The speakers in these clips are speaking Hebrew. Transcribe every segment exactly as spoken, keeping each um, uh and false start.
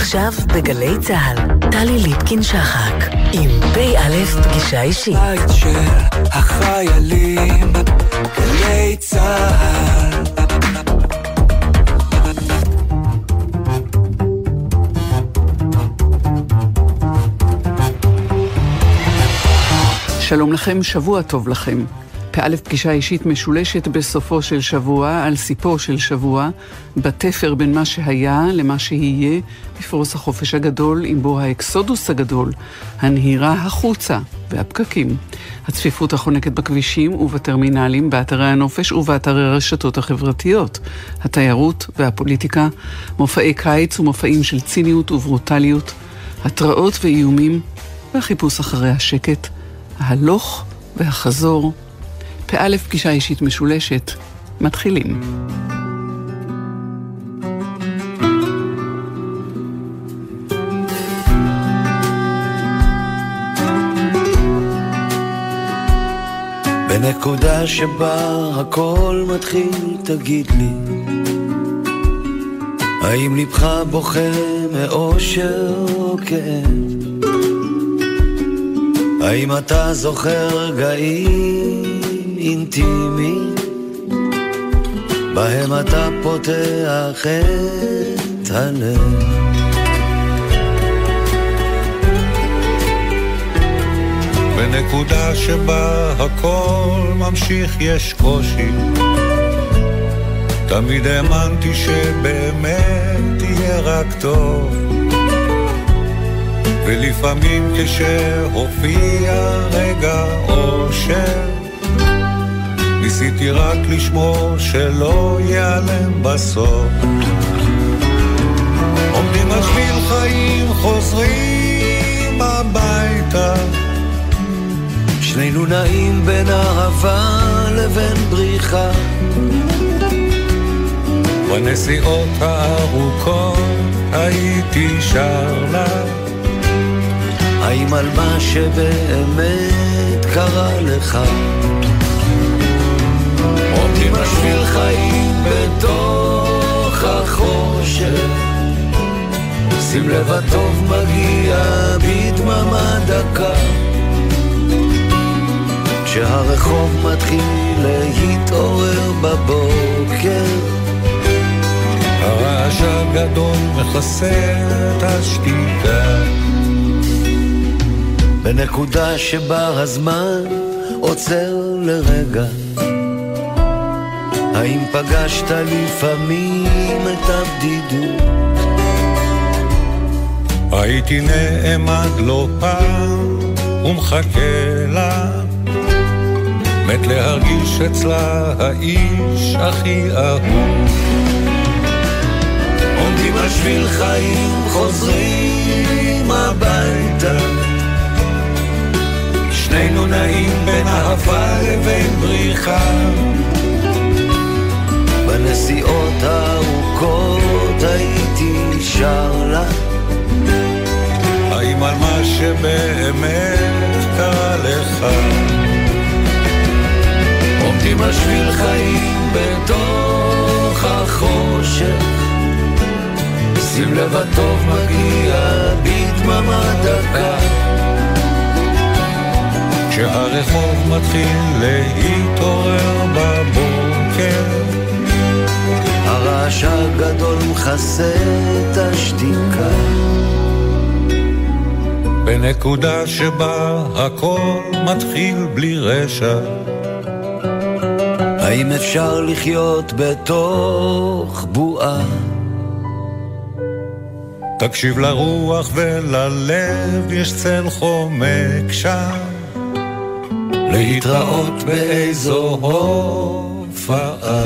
עכשיו בגלי צהל, טלי ליפקין שחק, עם פי א' פגישה אישית. בית של החיילים, גלי צהל. שלום לכם, שבוע טוב לכם. פא' פגישה אישית משולשת בסופו של שבוע, על סיפו של שבוע, בתפר בין מה שהיה למה שיהיה, בפרוס החופש הגדול, עם בו האקסודוס הגדול, הנהירה החוצה והפקקים, הצפיפות החונקת בכבישים ובטרמינלים, באתרי הנופש ובאתרי הרשתות החברתיות, התיירות והפוליטיקה, מופעי קיץ ומופעים של ציניות וברוטליות, התראות ואיומים, והחיפוש אחרי השקט, ההלוך והחזור. פא' פגישה אישית משולשת, מתחילים. בנקודה שבה הכל מתחיל, תגיד לי, האם לבך בוכה מאושר או כאב? האם אתה זוכר רגעים אינטימיים בהם אתה פותח את הלב? בנקודה שבה הכל ממשיך יש קושי, תמיד האמנתי שבאמת תהיה רק טוב, ולפעמים כשהופיע רגע אושר, ניסיתי רק לשמור שלא ייעלם בסוף. עומדים על שביל חיים, חוזרים הביתה, שנינו נעים בין אהבה לבין בריחה, בנסיעות הארוכות הייתי שר לה, האם על מה שבאמת קרה לך? עומדים על שביל חיים בתוך החושך, שים לב הטוב מגיע בדממה דקה, כשהרחוב מתחיל להתעורר בבוקר, הרעש הגדול מכסה את השתיקה. בנקודה שבה הזמן עוצר לרגע, האם פגשת לפעמים את הבדידות? הייתי נעמד לא פעם ומחכה לה, מת להרגיש אצלה האיש הכי אהוב. עומדים על שביל חיים, חוזרים הביתה, שנינו נעים בין אהבה לבין בריחה, בנסיעות הארוכות הייתי שר לה, האם על מה שבאמת קרה לך? עומדים על שביל חיים בתוך החושך, שים לב הטוב מגיע בדממה דקה, כשהרחוב מתחיל להתעורר בבוקר, הרעש הגדול מכסה את השתיקה. בנקודה שבה הכל מתחיל בלי רשע, האם אפשר לחיות בתוך בועה? תקשיב לרוח וללב, יש צל חומק שם, להתראות באיזו הופעה.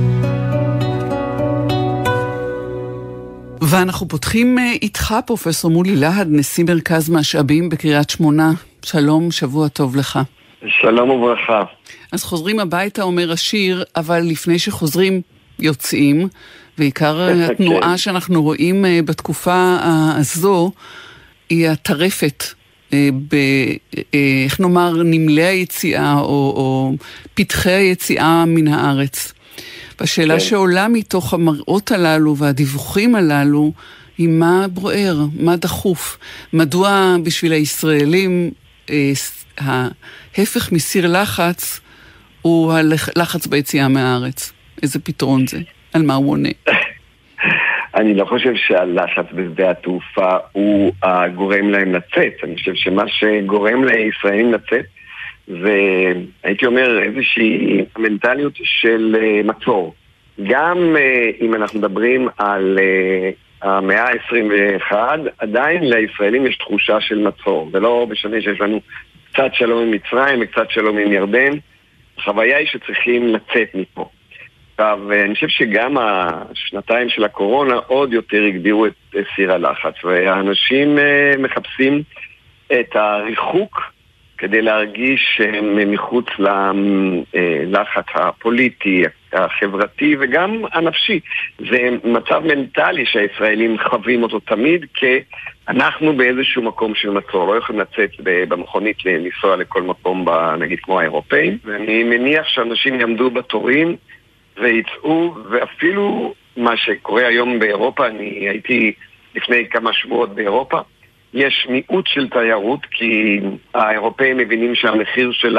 ואנחנו פותחים איתך, פרופסור מולי להד, נשיא מרכז משאבים בקריית שמונה. שלום, שבוע טוב לך. שלום וברכה. אז חוזרים הביתה, אומר השיר, אבל לפני שחוזרים יוצאים, ועיקר התנועה שאנחנו רואים בתקופה הזו היא הטרפת, ב, איך נאמר, נמלי היציאה או, או פתחי היציאה מן הארץ. והשאלה שעולה מתוך המראות הללו והדיווחים הללו עם מה בוער, מה דחוף. מדוע בשביל הישראלים אה, ההפך מסיר לחץ הוא הלחץ ביציאה מהארץ? איזה פתרון זה? על מה הוא עונה? אני לא חושב שהלחץ בשדה התעופה הוא הגורם להם לצאת. אני חושב שמה שגורם לישראלים לצאת זה, הייתי אומר, איזושהי מנטליות של מצור. גם אם אנחנו מדברים על המאה ה-עשרים ואחת, עדיין לישראלים יש תחושה של מצור. ולא בשנה שיש לנו קצת שלום עם מצרים וקצת שלום עם ירדן. החוויה היא שצריכים לצאת מפה. עכשיו, אני חושב שגם השנתיים של הקורונה עוד יותר הגדירו את סיר הלחץ, והאנשים מחפשים את הריחוק כדי להרגיש שהם מחוץ ללחץ הפוליטי, החברתי וגם הנפשי. זה מצב מנטלי שהישראלים חווים אותו תמיד, כי אנחנו באיזשהו מקום של מצור, לא יכולים לצאת במכונית לנסוע לכל מקום, נגיד כמו האירופאים, ואני מניח שאנשים יעמדו בתורים ויצאו, ואפילו מה שקורה היום באירופה, אני הייתי לפני כמה שבועות באירופה, יש מיעוט של תיירות, כי האירופאים מבינים שהמחיר של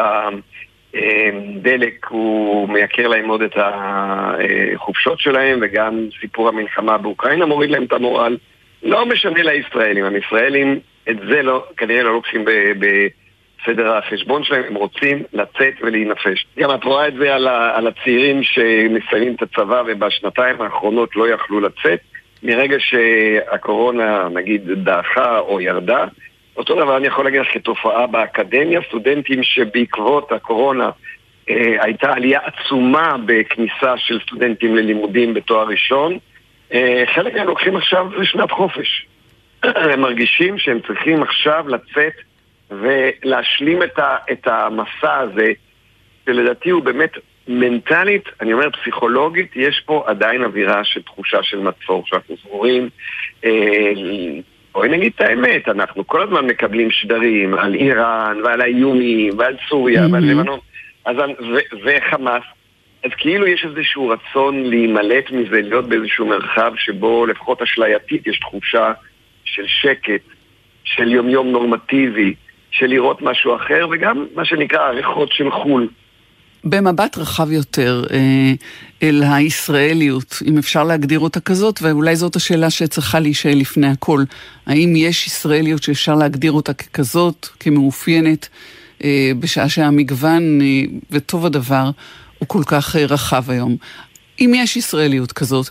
הדלק הוא מייקר להם עוד את החופשות שלהם, וגם סיפור המלחמה באוקראינה מוריד להם את המורל. לא משנה לישראלים, הישראלים את זה לא, כנראה לא לוקחים ב... ב סדר החשבון שלהם, הם רוצים לצאת ולהינפש. גם את רואה את זה על, ה, על הצעירים שמסיימים את הצבא ובשנתיים האחרונות לא יכלו לצאת, מרגע שהקורונה נגיד דעכה או ירדה. אותו דבר אני יכול להגיד לך כתופעה באקדמיה, סטודנטים שבעקבות הקורונה אה, הייתה עלייה עצומה בכניסה של סטודנטים ללימודים בתואר ראשון, אה, חלק הם לוקחים עכשיו לשנת חופש. הם מרגישים שהם צריכים עכשיו לצאת ולהשלים את, ה, את המסע הזה, שלדעתי הוא באמת מנטלית, אני אומר פסיכולוגית, יש פה עדיין אווירה של תחושה של מצור, שאנחנו סגורים. אה, בואי נגיד את האמת, אנחנו כל הזמן מקבלים שדרים על איראן ועל האיומים ועל סוריה mm-hmm. ועל לבנון אז, ו, וחמאס, אז כאילו יש איזשהו רצון להימלט מזה, להיות באיזשהו מרחב שבו לפחות אשלייתית יש תחושה של שקט, של יום יום נורמטיבי, של לראות משהו אחר, וגם מה שנקרא עריכות של חול. במבט רחב יותר אל הישראליות, אם אפשר להגדיר אותה כזאת, ואולי זאת השאלה שצריכה להישאל לפני הכל. האם יש ישראליות שאפשר להגדיר אותה ככזאת, כמאופיינת, בשעה שהמגוון וטוב הדבר הוא כל כך רחב היום? אם יש ישראליות כזאת,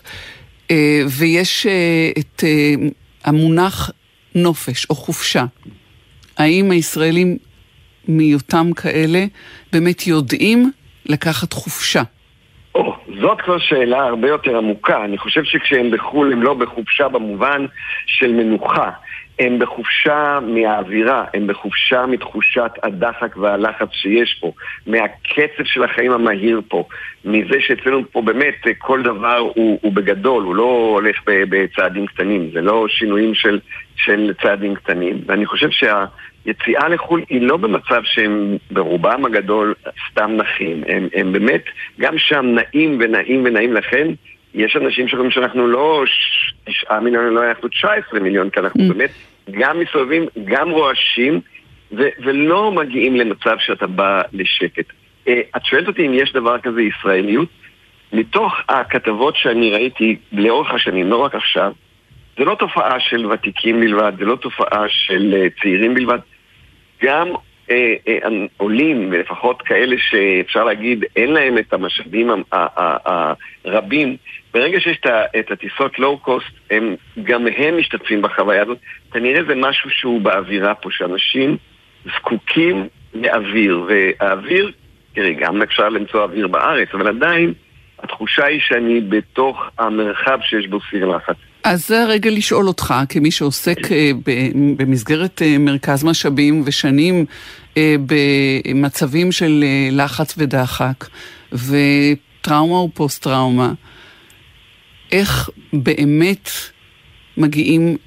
ויש את המונח נופש או חופשה, האם הישראלים מיותם כאלה באמת יודעים לקחת חופשה? או, זאת כבר שאלה הרבה יותר עמוקה. אני חושב שכשהם בחול הם לא בחופשה במובן של מנוחה, הם בחופשה מהאווירה, הם בחופשה מתחושת הדחק והלחץ שיש פה, מהקצב של החיים המהיר פה, מזה שאצלנו פה באמת כל דבר הוא, הוא בגדול, הוא לא הולך בצעדים קטנים, זה לא שינויים של, של צעדים קטנים. ואני חושב שהיציאה לחול היא לא במצב שהם ברובם הגדול סתם נחים, הם, הם באמת גם שם נעים ונעים ונעים. לכן יש אנשים שחושבים שאנחנו לא תשעה מיליון, לא אנחנו תשע עשרה מיליון, כי אנחנו mm. באמת גם מסובבים, גם רועשים, ו- ולא מגיעים למצב שאתה בא לשקט. Uh, את שואלת אותי אם יש דבר כזה ישראליות? מתוך הכתבות שאני ראיתי לאורך השנים, לא רק עכשיו, זה לא תופעה של ותיקים בלבד, זה לא תופעה של uh, צעירים בלבד, גם uh, uh, עולים, ולפחות כאלה שאפשר להגיד, אין להם את המשאבים הרבים, ברגע שיש את הטיסות לואו-קוסט, הם, גם הם משתתפים בחוויה הזאת. כנראה זה משהו שהוא באווירה פה, שאנשים זקוקים לאוויר, והאוויר, תראי, גם אפשר למצוא אוויר בארץ, אבל עדיין התחושה היא שאני בתוך המרחב שיש בו סיר לחץ. אז זה הרגע לשאול אותך, כמי שעוסק במסגרת מרכז משאבים ושנים במצבים של לחץ ודחק, וטראומה ופוסט-טראומה, איך באמת מגיעים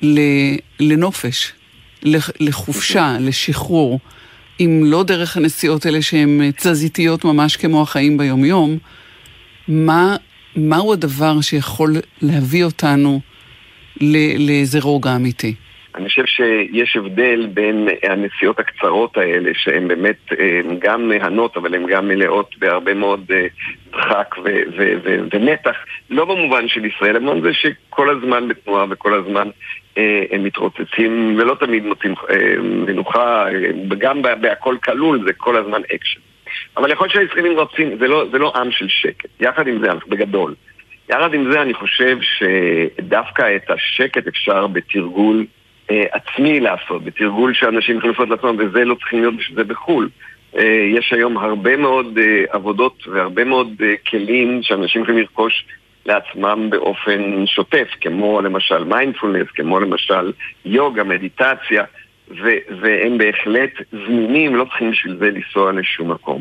לנופש, לחופשה, לשחרור, אם לא דרך הנסיעות האלה שהן תזזיתיות ממש כמו החיים ביום-יום, מה, מהו הדבר שיכול להביא אותנו לאיזה רוגע אמיתי? אני חושב שיש הבדל בין הנסיעות הקצרות האלה, שהן באמת גם מהנות, אבל הן גם מלאות בהרבה מאוד דחק ו- ו- ו- ומתח, לא במובן של ישראל, אבל זה שכל הזמן בתנועה וכל הזמן הם מתרוצצים, ולא תמיד מוצאים מנוחה, גם בהכל כלול, זה כל הזמן אקשן. אבל יכול להיות שהישראלים רוצים, זה לא, זה לא עם של שקט, יחד עם זה, בגדול. יחד עם זה אני חושב שדווקא את השקט אפשר בתרגול עצמי לעשות, בתרגול שאנשים יכולים לעשות לעצמם, וזה לא צריכים להיות בשביל זה בחול. יש היום הרבה מאוד עבודות והרבה מאוד כלים שאנשים יכולים לרכוש לעצמם באופן שוטף, כמו למשל מיינדפולנס, כמו למשל יוגה, מדיטציה, ו- והם בהחלט זמינים, לא צריכים בשביל זה לנסוע לשום מקום.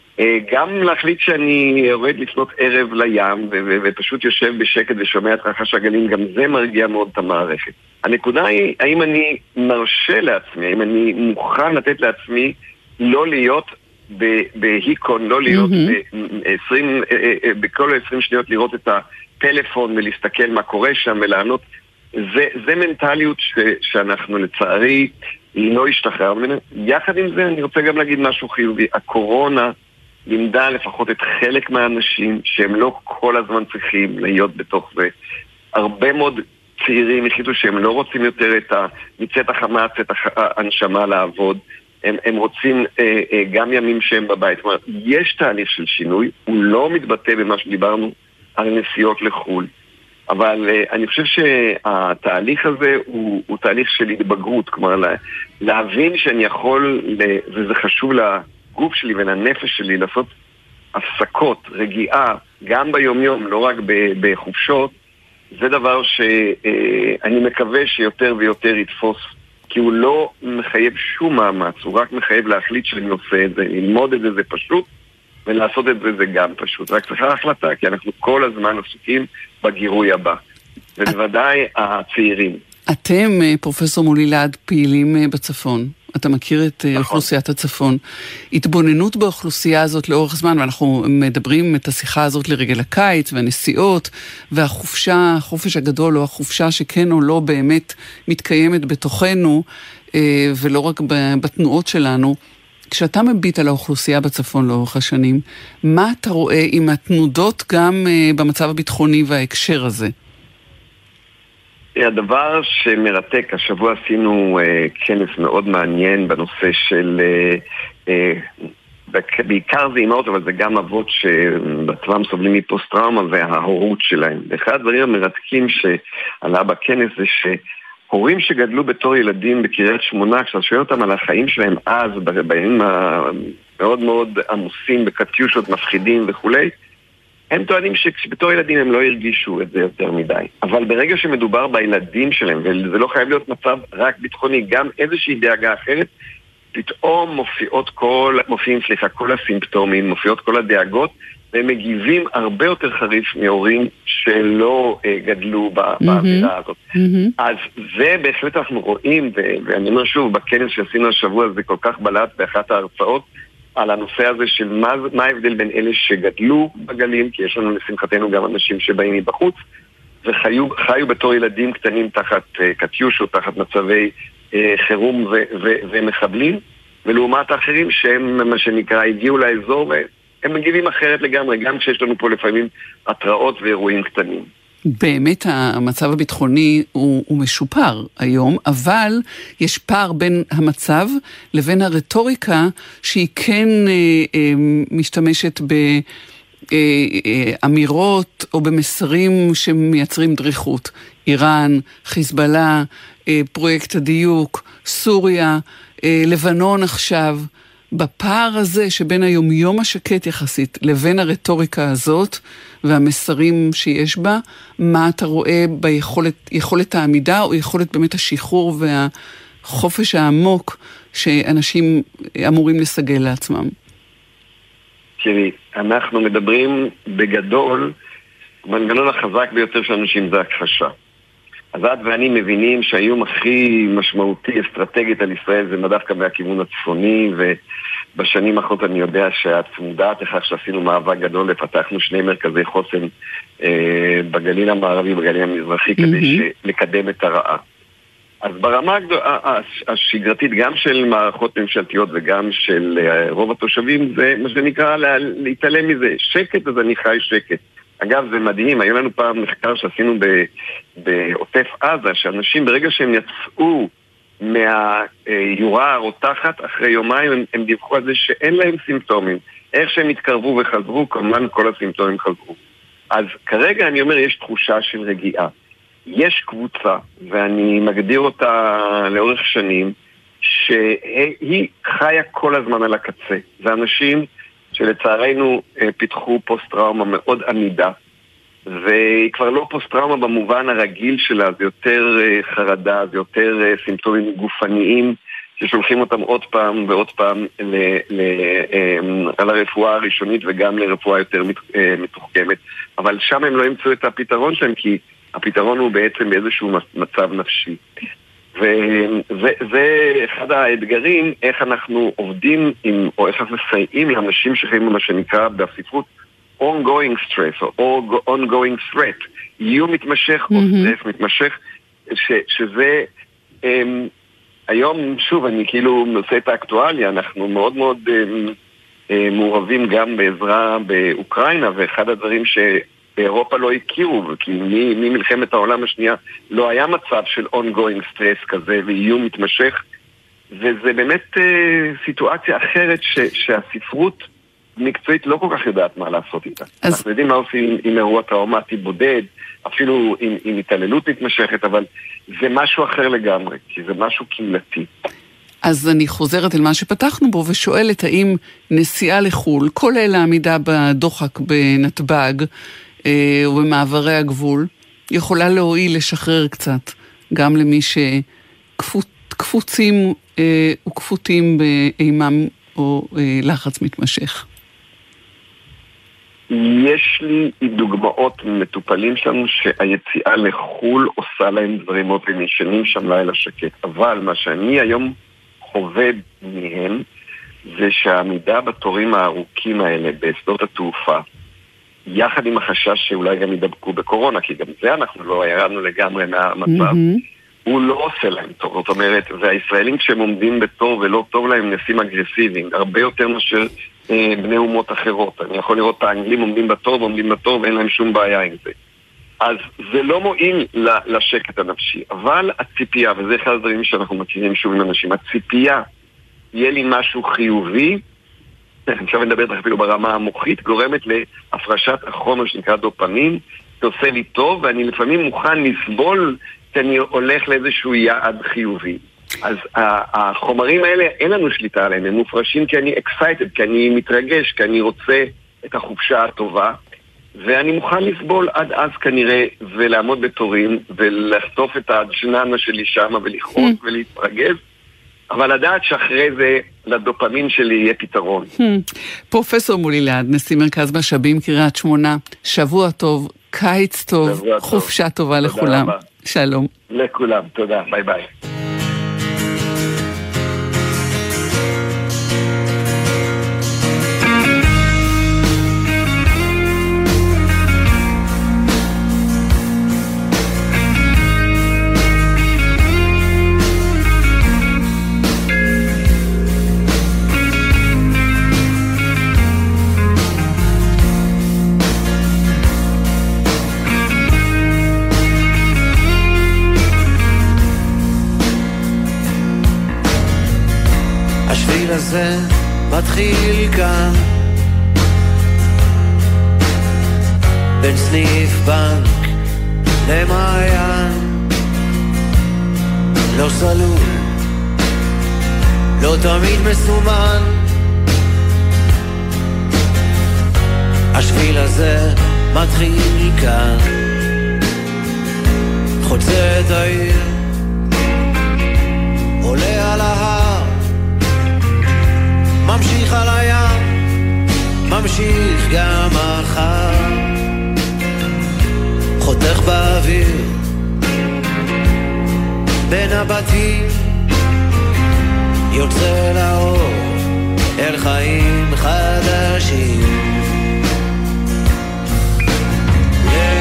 גם להחליט שאני יורד לפנות ערב לים ו- ו- ופשוט יושב בשקט ושומע את רחש הגלים, גם זה מרגיע מאוד את המערכת. הנקודה היא, האם אני מרשה לעצמי, האם אני מוכן לתת לעצמי לא להיות בהיקון, לא להיות ב-עשרים, בכל עשרים שניות לראות את הפלאפון ולהסתכל מה קורה שם ולענות. זה, זה מנטליות ש, שאנחנו לצערי לא השתחרר. יחד עם זה אני רוצה גם להגיד משהו חיובי. הקורונה לימדה לפחות את חלק מהאנשים שהם לא כל הזמן צריכים להיות בתוך זה. הרבה מאוד צעירים החליטו שהם לא רוצים יותר את מצאת החמה, מצאת הנשמה לעבוד. הם, הם רוצים אה, אה, גם ימים שהם בבית. זאת אומרת, יש תהליך של שינוי, הוא לא מתבטא במה שדיברנו על נסיעות לחול. אבל אה, אני חושב שהתהליך הזה הוא, הוא תהליך של התבגרות. כלומר, לה, להבין שאני יכול, וזה חשוב לגוף שלי ולנפש שלי, לעשות הפסקות, רגיעה, גם ביום-יום, לא רק בחופשות, זה דבר שאני מקווה שיותר ויותר יתפוס, כי הוא לא מחייב שום מאמץ, הוא רק מחייב להחליט שאני עושה את זה, ללמוד את זה, זה פשוט, ולעשות את זה זה גם פשוט. רק צריכה החלטה, כי אנחנו כל הזמן עסוקים בגירוי הבא. ובוודאי הצעירים. אתם, פרופסור מולילד, פעילים בצפון. אתה מכיר את נכון. אוכלוסיית הצפון. התבוננות באוכלוסייה הזאת לאורך זמן, ואנחנו מדברים את השיחה הזאת לרגל הקיץ, והנסיעות, והחופשה, החופש הגדול, או החופשה שכן או לא באמת מתקיימת בתוכנו, ולא רק בתנועות שלנו. כשאתה מביט על האוכלוסייה בצפון לאורך השנים, מה אתה רואה עם התנודות גם במצב הביטחוני וההקשר הזה? הדבר שמרתק, השבוע עשינו אה, כנס מאוד מעניין בנושא של, אה, אה, בעיקר זה אימהות, אבל זה גם אבות שבעצמם סובלים מפוסט-טראומה וההורות שלהם. ואחד הדברים המרתקים שעלה בכנס זה שהורים שגדלו בתור ילדים בקריית שמונה, כשאתה שואל אותם על החיים שלהם אז, בימים המאוד מאוד עמוסים, בקטיושות, מפחידים וכולי, הם טוענים שבתור ילדים הם לא הרגישו את זה יותר מדי. אבל ברגע שמדובר בילדים שלהם, וזה לא חייב להיות מצב רק ביטחוני, גם איזושהי דאגה אחרת, פתאום מופיעות כל, מופיעים, סליחה, כל הסימפטומים, מופיעות כל הדאגות, והם מגיבים הרבה יותר חריף מהורים שלא uh, גדלו באווירה הזאת. Mm-hmm. אז זה בהחלט אנחנו רואים, ו- ואני אומר שוב, בכנס שעשינו השבוע, זה כל כך בלט באחת ההרצאות, על הנושא הזה של מה, מה ההבדל בין אלה שגדלו בגלים, כי יש לנו לשמחתנו גם אנשים שבאים מבחוץ, וחיו חיו בתור ילדים קטנים תחת uh, קטיושות, תחת מצבי uh, חירום ו- ו- ומחבלים, ולעומת האחרים שהם מה שנקרא הגיעו לאזור והם מגיבים אחרת לגמרי, גם כשיש לנו פה לפעמים התראות ואירועים קטנים. באמת המצב הביטחוני הוא, הוא משופר היום, אבל יש פער בין המצב לבין הרטוריקה שהיא כן אה, אה, משתמשת באמירות או במסרים שמייצרים דריכות. איראן, חיזבאללה, אה, פרויקט הדיוק, סוריה, אה, לבנון עכשיו. בפער הזה שבין היומיום השקט יחסית לבין הרטוריקה הזאת והמסרים שיש בה, מה אתה רואה ביכולת יכולת העמידה או יכולת באמת השחרור והחופש העמוק שאנשים אמורים לסגל לעצמם? תראי, אנחנו מדברים בגדול, המנגנון החזק ביותר של אנשים זה הכחשה. אז את ואני מבינים שהאיום הכי משמעותי אסטרטגית על ישראל זה דווקא מהכיוון הצפוני, ובשנים האחרונות אני יודע שאת מודעת לכך שעשינו מאבק גדול, ופתחנו שני מרכזי חוסן בגליל המערבי, בגליל המזרחי, כדי לקדם את הרעה. אז ברמה השגרתית, גם של מערכות ממשלתיות וגם של רוב התושבים, זה מה שנקרא להתעלם מזה. שקט, אז אני חי שקט. אגב, זה מדהים, היה לנו פעם מחקר שעשינו בעוטף עזה, שאנשים ברגע שהם יצאו מהיורה הרותחת, אחרי יומיים הם, הם דיווחו על זה שאין להם סימפטומים. איך שהם התקרבו וחזרו, כמובן כל הסימפטומים חזרו. אז כרגע אני אומר, יש תחושה של רגיעה. יש קבוצה, ואני מגדיר אותה לאורך שנים, שהיא חיה כל הזמן על הקצה. זה אנשים שלצערנו פיתחו פוסט-טראומה מאוד עמידה, והיא כבר לא פוסט-טראומה במובן הרגיל שלה, זה יותר חרדה, זה יותר סימפטומים גופניים, ששולחים אותם עוד פעם ועוד פעם ל- ל- על הרפואה הראשונית וגם לרפואה יותר מתוחכמת. אבל שם הם לא ימצאו את הפתרון שלהם, כי הפתרון הוא בעצם באיזשהו מצב נפשי. וזה אחד האתגרים, איך אנחנו עובדים עם, או איך אנחנו מסייעים לאנשים שחיים במה שנקרא בספרות ongoing stress או ongoing threat, איום מתמשך או סטרס מתמשך, ש, שזה הם, היום, שוב, אני כאילו נושא את האקטואליה, אנחנו מאוד מאוד הם, הם, מעורבים גם בעזרה באוקראינה, ואחד הדברים ש... באירופה לא הכירו, כי ממלחמת העולם השנייה לא היה מצב של ongoing stress כזה ואיום מתמשך, וזה באמת אה, סיטואציה אחרת ש, שהספרות מקצועית לא כל כך יודעת מה לעשות איתה. אז... אנחנו יודעים מה עושים עם אירוע טראומטי בודד, אפילו עם, עם התעללות מתמשכת, אבל זה משהו אחר לגמרי, כי זה משהו קהילתי. אז אני חוזרת אל מה שפתחנו בו ושואלת האם נסיעה לחול, כולל העמידה בדוחק בנתב"ג, ובמעברי הגבול, יכולה להועיל לשחרר קצת, גם למי שקפוצים וכפותים באימם או לחץ מתמשך. יש לי דוגמאות מטופלים שלנו שהיציאה לחול עושה להם דברים מאוד ונשנים שם לילה שקט. אבל מה שאני היום חווה מהם זה שהעמידה בתורים הארוכים האלה בשדות התעופה, יחד עם החשש שאולי גם ידבקו בקורונה, כי גם זה אנחנו לא ירדנו לגמרי מהמצב, mm-hmm. הוא לא עושה להם טוב. זאת אומרת, והישראלים כשהם עומדים בתור ולא טוב להם נסים אגרסיביים, הרבה יותר מאשר אה, בני אומות אחרות. אני יכול לראות את האנגלים עומדים בתור ועומדים בתור ואין להם שום בעיה עם זה. אז זה לא מועיל לשקט הנפשי, אבל הציפייה, וזה אחד הדברים שאנחנו מכירים שוב עם אנשים, הציפייה יהיה לי משהו חיובי, עכשיו אני מדבר אפילו ברמה המוחית, גורמת להפרשת החומר שנקרא דופמין, זה עושה לי טוב, ואני לפעמים מוכן לסבול כי אני הולך לאיזשהו יעד חיובי. אז החומרים האלה, אין לנו שליטה עליהם, הם מופרשים כי אני excited, כי אני מתרגש, כי אני רוצה את החופשה הטובה, ואני מוכן לסבול עד אז כנראה, ולעמוד בתורים, ולחטוף את הג'ננה שלי שם, ולכעוס ולהתרגז, אבל לדעת שאחרי זה לדופמין שלי יהיה פתרון. פרופסור מולי להד, נשיא מרכז משאבים קריית שמונה, שבוע טוב, קיץ טוב, חופשה טובה לכולם. שלום. לכולם, תודה, ביי ביי. הזה מתחיל כאן בין סניף בנק למעיין, לא סלול, לא תמיד מסומן. השביל הזה מתחיל כאן, חוצה את העיר, עולה על ההר, ממשיך על הים, ממשיך גם מחר, חותך באוויר בין הבתים, יוצא לאור אל חיים חדשים.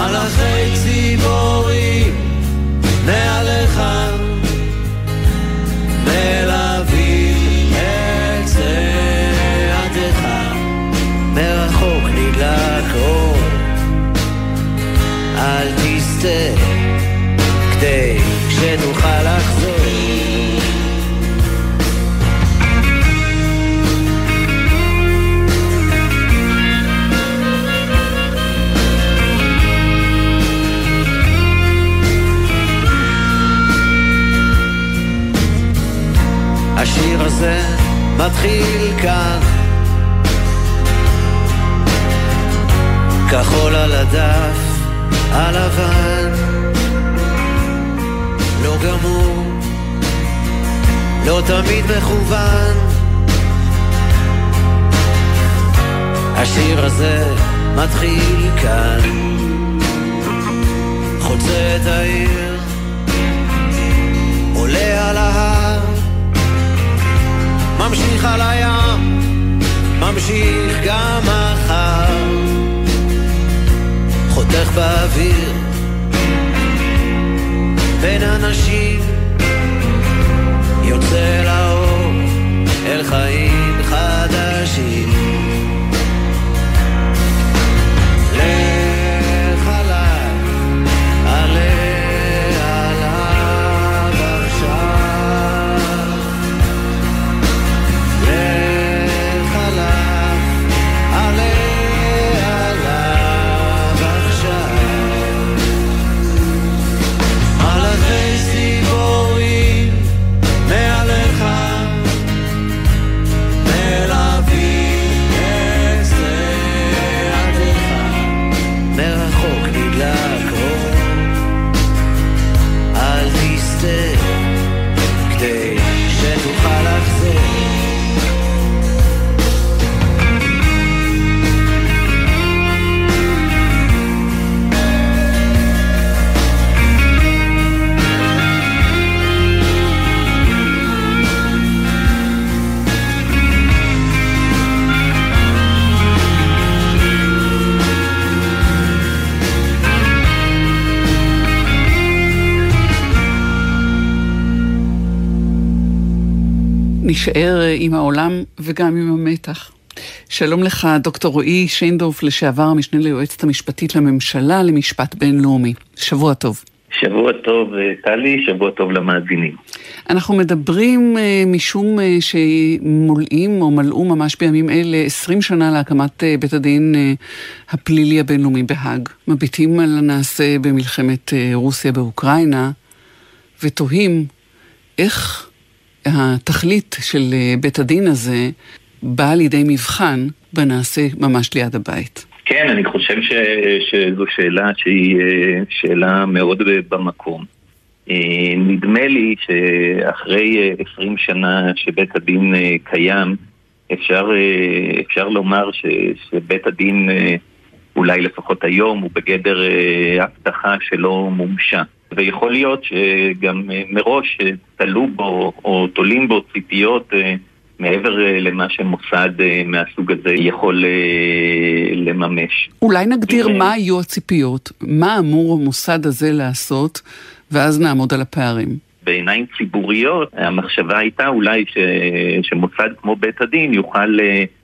מלאכי ציפורים מעליך מלווים את צעדיך, מרחוק נדלק אור, אל תסתה כדי שתוכל לחזור. השיר הזה מתחיל כאן, כחול על הדף הלבן, לא גמור, לא תמיד מכוון. השיר הזה מתחיל כאן, חוצה את העיר, עולה על ההר, ממשיך על הים, ממשיך גם מחר, חותך באוויר בין אנשים, יוצא לאור אל חיים חדשים. לך עליי, עלי עליו עכשיו, לך עליו, עלי עליו עכשיו. מלאכי ציפורים מעליך מלווים את צעדיך, מרחוק נדלק אור, אל תסתה כדי שתוכל לחזור. נשאר עם העולם וגם עם המתח. שלום לך, דוקטור רועי שיינדורף, לשעבר המשנה ליועצת המשפטית לממשלה למשפט בינלאומי. שבוע טוב. שבוע טוב, טלי, שבוע טוב למאזינים. אנחנו מדברים משום שמולאים או מלאו ממש בימים אלה עשרים שנה להקמת בית הדין הפלילי הבינלאומי בהאג. מביטים על הנעשה במלחמת רוסיה באוקראינה ותוהים איך התכלית של בית הדין הזה באה לידי מבחן בנעשה ממש ליד הבית. כן, אני חושב ש... שזו שאלה שהיא שאלה מאוד במקום. נדמה לי שאחרי עשרים שנה שבית הדין קיים, אפשר, אפשר לומר ש... שבית הדין אולי לפחות היום הוא בגדר הבטחה שלא מומשה. ויכול להיות שגם מראש תלו בו או תולים בו ציפיות מעבר למה שמוסד מהסוג הזה יכול לממש. אולי נגדיר מה היו הציפיות, מה אמור המוסד הזה לעשות, ואז נעמוד על הפערים. בעיניים ציבוריות המחשבה הייתה אולי ש... שמוסד כמו בית הדין יוכל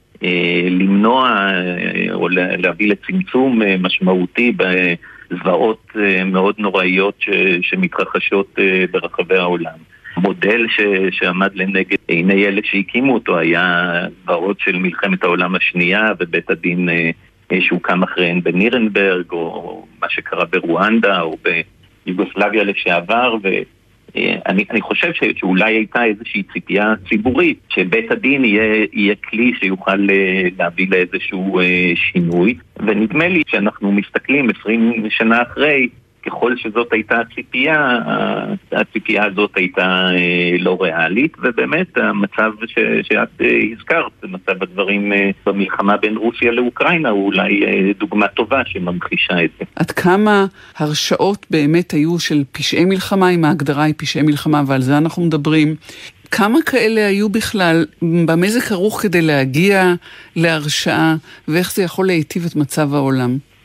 למנוע או להביא לצמצום משמעותי ב... זוועות מאוד נוראיות ש, שמתרחשות ברחבי העולם. המודל ש, שעמד לנגד עיני אלה שהקימו אותו היה זוועות של מלחמת העולם השנייה ובית הדין שהוקם אחריהן בנירנברג או מה שקרה ברואנדה או ביוגוסלביה לשעבר, ואני אני חושב ש, שאולי הייתה איזושהי ציפייה ציבורית שבית הדין יהיה, יהיה כלי שיוכל להביא לאיזשהו שינוי, ונדמה לי שאנחנו מסתכלים עשרים שנה אחרי, ככל שזאת הייתה הציפייה, הציפייה הזאת הייתה לא ריאלית, ובאמת המצב ש, שאת הזכרת, מצב הדברים במלחמה בין רוסיה לאוקראינה, הוא אולי דוגמה טובה שממחישה את זה. עד כמה הרשעות באמת היו של פשעי מלחמה, אם ההגדרה היא פשעי מלחמה, ועל זה אנחנו מדברים, כמה כאלה היו בכלל, במה זה כרוך כדי להגיע להרשעה, ואיך זה יכול להיטיב את מצב העולם?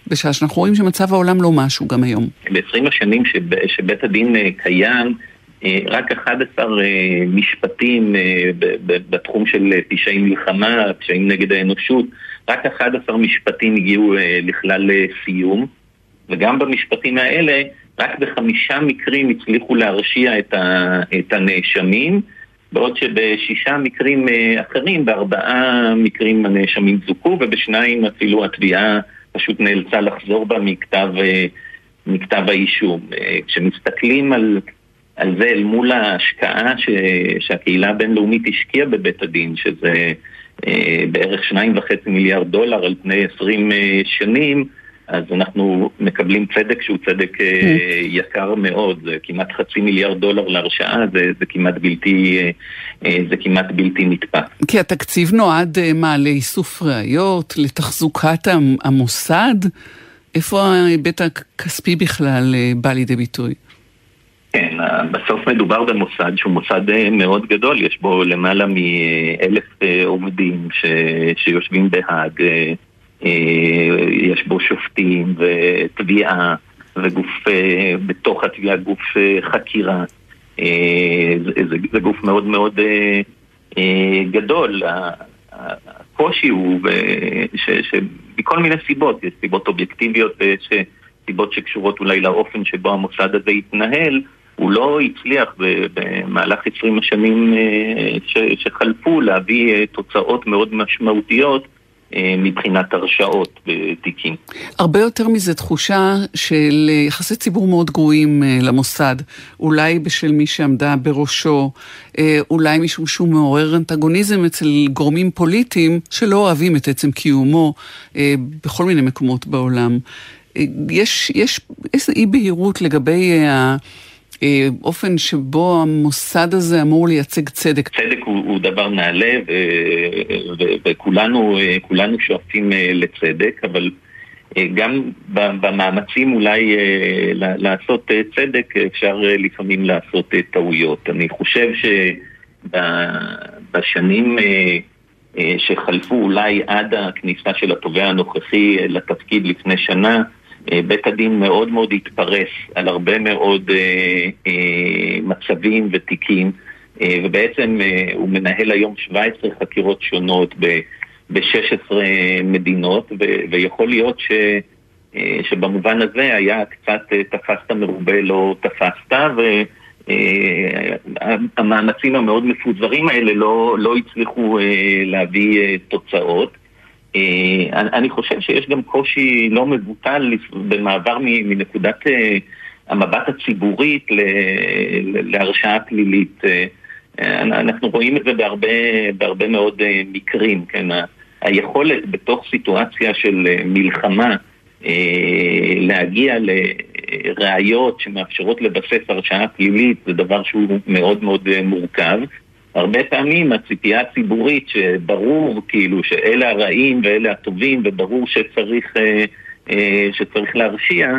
בשעה שאנחנו רואים שמצב העולם לא משהו גם היום. ב-עשרים השנים שב, שבית הדין קיים, רק אחד עשר משפטים בתחום של פשעי מלחמה, פשעים נגד האנושות, רק אחד עשר משפטים הגיעו לכלל סיום, וגם במשפטים האלה, רק בחמישה מקרים הצליחו להרשיע את, ה, את הנאשמים, בעוד שבשישה מקרים אחרים, בארבעה מקרים הנאשמים זוכו, ובשניים אפילו התביעה פשוט נאלצה לחזור בה מכתב, מכתב האישום. כשמסתכלים על, על זה אל מול ההשקעה ש, שהקהילה הבינלאומית השקיעה בבית הדין, שזה בערך שניים וחצי מיליארד דולר על פני עשרים שנים, אז אנחנו מקבלים צדק שהוא צדק יקר מאוד, זה כמעט חצי מיליארד דולר להרשעה, זה, זה כמעט בלתי, זה כמעט בלתי נתפס. כי התקציב נועד מה, לאיסוף ראיות, לתחזוקת המוסד? איפה ההיבט הכספי בכלל בא לידי ביטוי? כן, בסוף מדובר במוסד שהוא מוסד מאוד גדול, יש בו למעלה מאלף עובדים ש, שיושבים בהאג, יש בו שופטים ותביעה וגוף בתוך התביעה גוף חקירה. זה, זה, זה גוף מאוד מאוד גדול. הקושי הוא שבכל מיני סיבות, יש סיבות אובייקטיביות ויש סיבות שקשורות אולי לאופן שבו המוסד הזה יתנהל. הוא לא הצליח במהלך עשרים השנים שחלפו להביא תוצאות מאוד משמעותיות מבחינת הרשאות בתיקים. הרבה יותר מזה תחושה של יחסי ציבור מאוד גרועים למוסד, אולי בשל מי שעמדה בראשו, אולי משום שהוא מעורר אנטגוניזם אצל גורמים פוליטיים שלא אוהבים את עצם קיומו בכל מיני מקומות בעולם. יש, יש איזו אי בהירות לגבי האופן שבו המוסד הזה אמור לייצג צדק. צדק הוא, הוא דבר נעלה ו, ו, וכולנו כולנו שואפים לצדק, אבל גם במאמצים אולי לעשות צדק אפשר לפעמים לעשות טעויות. אני חושב שבשנים שחלפו אולי עד הכניסה של התובע הנוכחי לתפקיד לפני שנה, בית הדין מאוד מאוד התפרס על הרבה מאוד אה, אה, מצבים ותיקים, אה, ובעצם אה, הוא מנהל היום שבע עשרה חקירות שונות ב-שש עשרה מדינות, ו- ויכול להיות ש, אה, שבמובן הזה היה קצת אה, תפסת מרובה לא תפסת, והמאמצים אה, המאוד מפוזרים האלה לא, לא הצליחו אה, להביא אה, תוצאות. אני חושב שיש גם קושי לא מבוטל במעבר מנקודת המבט הציבורית להרשעה פלילית. אנחנו רואים את זה בהרבה, בהרבה מאוד מקרים, כן? היכולת בתוך סיטואציה של מלחמה להגיע לראיות שמאפשרות לבסס הרשעה פלילית, זה דבר שהוא מאוד מאוד מורכב. הרבה פעמים הציפייה הציבורית שברור כאילו שאלה הרעים ואלה הטובים וברור שצריך, שצריך להרשיע,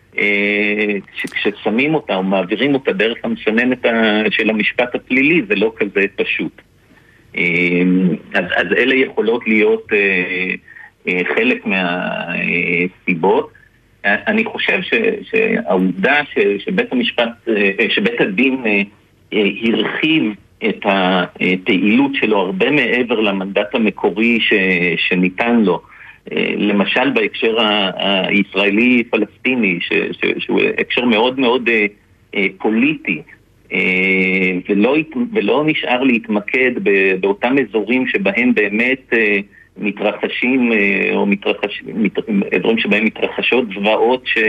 כששמים אותה או מעבירים אותה דרך המסננת של המשפט הפלילי זה לא כזה פשוט. אז, אז אלה יכולות להיות חלק מהסיבות. אני חושב ש, שהעובדה ש, שבית המשפט, שבית הדין הרחיב את התעילות שלו הרבה מעבר למנדט המקורי ש, שניתן לו, למשל בהקשר הישראלי-פלסטיני, ש, ש, שהוא הקשר מאוד מאוד פוליטי, ולא, ולא נשאר להתמקד באותם אזורים שבהם באמת מתרחשים, או מתרחש, אזורים שבהם מתרחשות זוועות ש,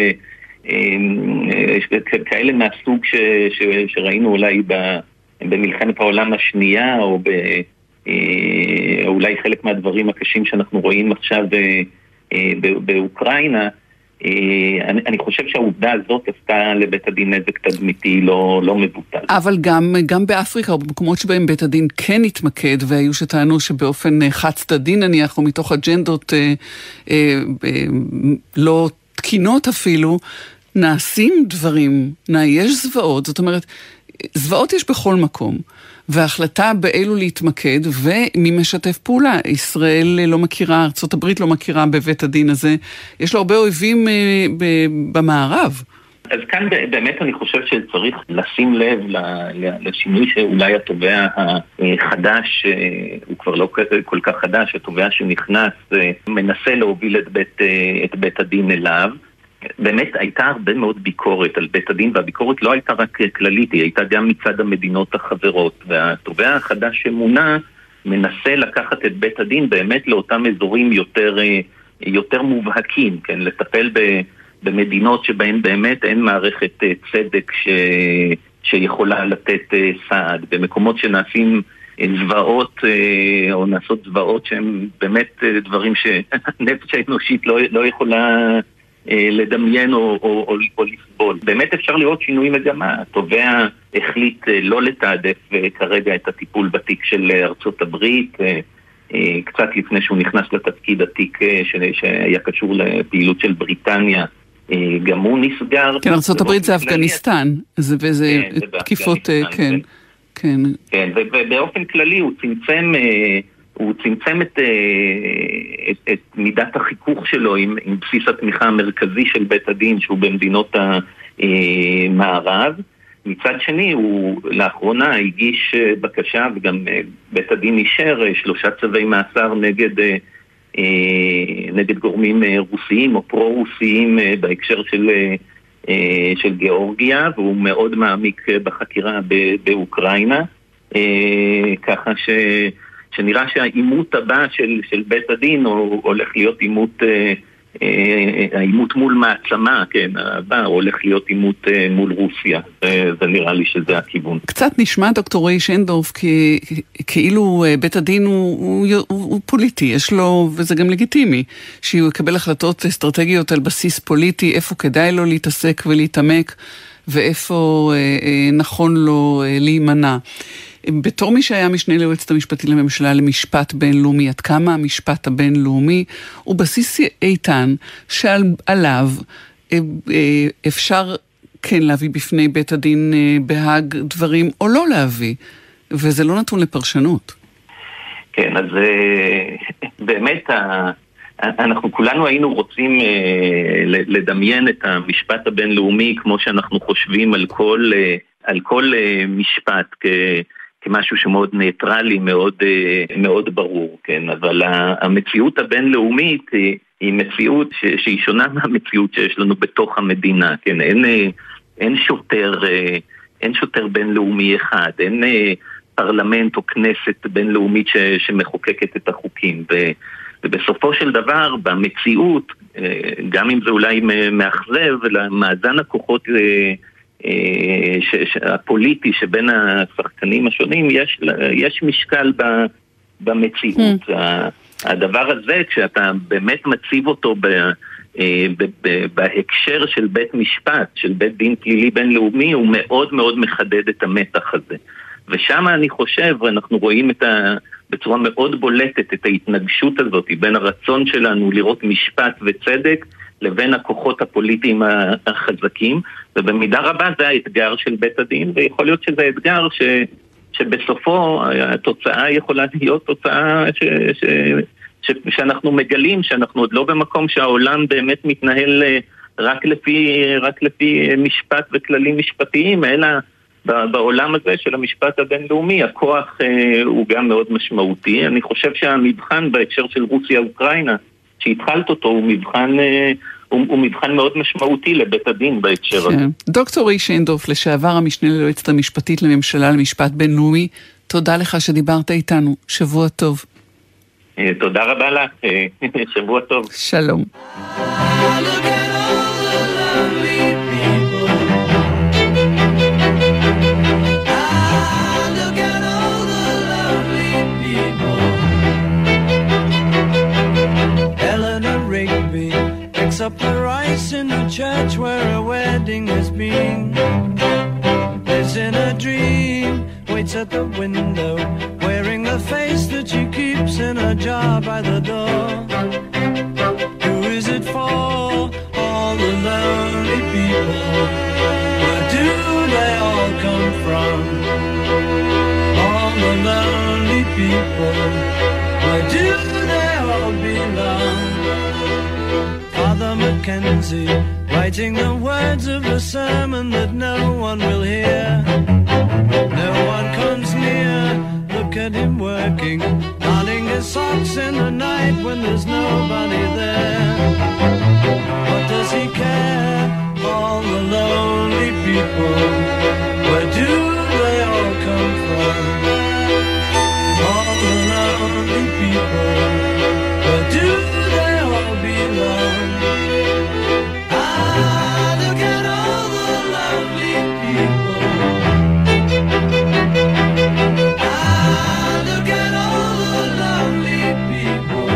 כאלה מהסוג ש, ש, שראינו אולי ב במלחמת העולם השנייה, או ב, או אולי חלק מהדברים הקשים שאנחנו רואים עכשיו באוקראינה. אני, אני חושב שהעובדה הזאת עשתה לבית הדין נזק תדמיתי לא, לא מבוטל. אבל גם, גם באפריקה, או במקומות שבהם בית הדין כן התמקד, והיו שטענו שבאופן חד צדדי נניח, או מתוך אג'נדות אה, אה, אה, לא תקינות אפילו, נעשים דברים, יש זוועות, זאת אומרת, זוועות יש בכל מקום, וההחלטה באילו להתמקד ומי משתף פעולה. ישראל לא מכירה, ארצות הברית לא מכירה בבית הדין הזה, יש לו הרבה אויבים במערב. אז כאן באמת אני חושב שצריך לשים לב לשינוי שאולי התובע החדש, הוא כבר לא כל כך חדש, התובע שנכנס מנסה להוביל את בית, את בית הדין אליו. באמת הייתה הרבה מאוד ביקורת על בית הדין, והביקורת לא הייתה רק כללית, היא הייתה גם מצד המדינות החברות, והתובע החדש שמונה מנסה לקחת את בית הדין באמת לאותם אזורים יותר, יותר מובהקים, כן? לטפל ב... במדינות שבהן באמת אין מערכת צדק ש... שיכולה לתת סעד, במקומות שנעשים זוועות או נעשות זוועות שהם באמת דברים שהנפש האנושית לא, לא יכולה לדמיין או, או, או, או לסבול. באמת אפשר לראות שינוי מגמה. התובע החליט לא לתעדף כרגע את הטיפול בתיק של ארצות הברית, קצת לפני שהוא נכנס לתפקיד התיק שהיה קשור לפעילות של בריטניה, גם הוא נסגר. כן, ארצות הברית זה אפגניסטן, וזה תקיפות, כן. כן. כן, ובאופן כללי הוא צמצם, הוא צמצם את, את, את מידת החיכוך שלו עם, עם בסיס התמיכה המרכזי של בית הדין, שהוא במדינות המערב. מצד שני, הוא לאחרונה הגיש בקשה, וגם בית הדין אישר שלושה צווי מאסר נגד, נגד גורמים רוסיים או פרו-רוסיים בהקשר של, של גיאורגיה, והוא מאוד מעמיק בחקירה באוקראינה, ככה ש, שנראה שהאימות הבא של, של בית הדין הולך להיות אימות, האימות מול מעצמה, כן, הבא הולך להיות אימות מול רוסיה. זה נראה לי שזה הכיוון. קצת נשמע דוקטור רועי שנדורף כי, כאילו בית הדין הוא, הוא, הוא, הוא פוליטי, יש לו, וזה גם לגיטימי, שהוא יקבל החלטות אסטרטגיות על בסיס פוליטי, איפה כדאי לו להתעסק ולהתעמק, ואיפה אה, אה, נכון לו אה, להימנע. בתור מי שהיה משנה ליועצת המשפטית לממשלה למשפט בינלאומי, עד כמה המשפט הבינלאומי הוא בסיס איתן שעליו אפשר כן להביא בפני בית הדין בהאג דברים או לא להביא, וזה לא נתון לפרשנות. כן, אז באמת אנחנו כולנו היינו רוצים לדמיין את המשפט הבינלאומי כמו שאנחנו חושבים על כל, על כל משפט כ... כמשהו שמאוד ניטרלי, מאוד, מאוד ברור, כן? אבל המציאות הבינלאומית היא, היא מציאות ש, שהיא שונה מהמציאות שיש לנו בתוך המדינה, כן? אין, אין שוטר, אין שוטר בינלאומי אחד, אין פרלמנט או כנסת בינלאומית ש, שמחוקקת את החוקים, ו, ובסופו של דבר, במציאות, גם אם זה אולי מאכזב, למאזן הכוחות ש, ש, הפוליטי שבין השחקנים השונים יש, יש משקל ב, במציאות. Mm. הדבר הזה, כשאתה באמת מציב אותו ב, ב, ב, בהקשר של בית משפט, של בית דין פלילי בינלאומי, הוא מאוד מאוד מחדד את המתח הזה. ושם אני חושב, אנחנו רואים את ה, בצורה מאוד בולטת את ההתנגשות הזאת בין הרצון שלנו לראות משפט וצדק, לבין הכוחות הפוליטיים החזקים, ובמידה רבה זה האתגר של בית הדין, ויכול להיות שזה אתגר ש, שבסופו התוצאה יכולה להיות תוצאה ש, ש, ש, שאנחנו מגלים, שאנחנו עוד לא במקום שהעולם באמת מתנהל רק לפי, רק לפי משפט וכללים משפטיים, אלא בעולם הזה של המשפט הבינלאומי, הכוח הוא גם מאוד משמעותי. אני חושב שהמבחן בהקשר של רוסיה-אוקראינה, שהתחלת אותו, הוא מבחן, הוא, הוא מבחן מאוד משמעותי לבית הדין בהקשר הזה. דוקטור רועי שנדורף, לשעבר המשנה ליועצת המשפטית לממשלה למשפט בינלאומי, תודה לך שדיברת איתנו. שבוע טוב. תודה רבה לך. שבוע טוב. שלום. Up the rice in the church where a wedding has been. Lives in a dream, waits at the window, wearing the face that she keeps in a jar by the door. Who is it for? All the lonely people. Where do they all come from? All people, where do they all belong? Father Mackenzie, writing the words of a sermon that no one will hear. No one comes near, look at him working, darning his socks in the night when there's nobody there. What does he care? All the lonely people, where do they all come from? All the lonely people, where do they all belong? Ah, look at all the lovely people. Ah, look at all the lovely people.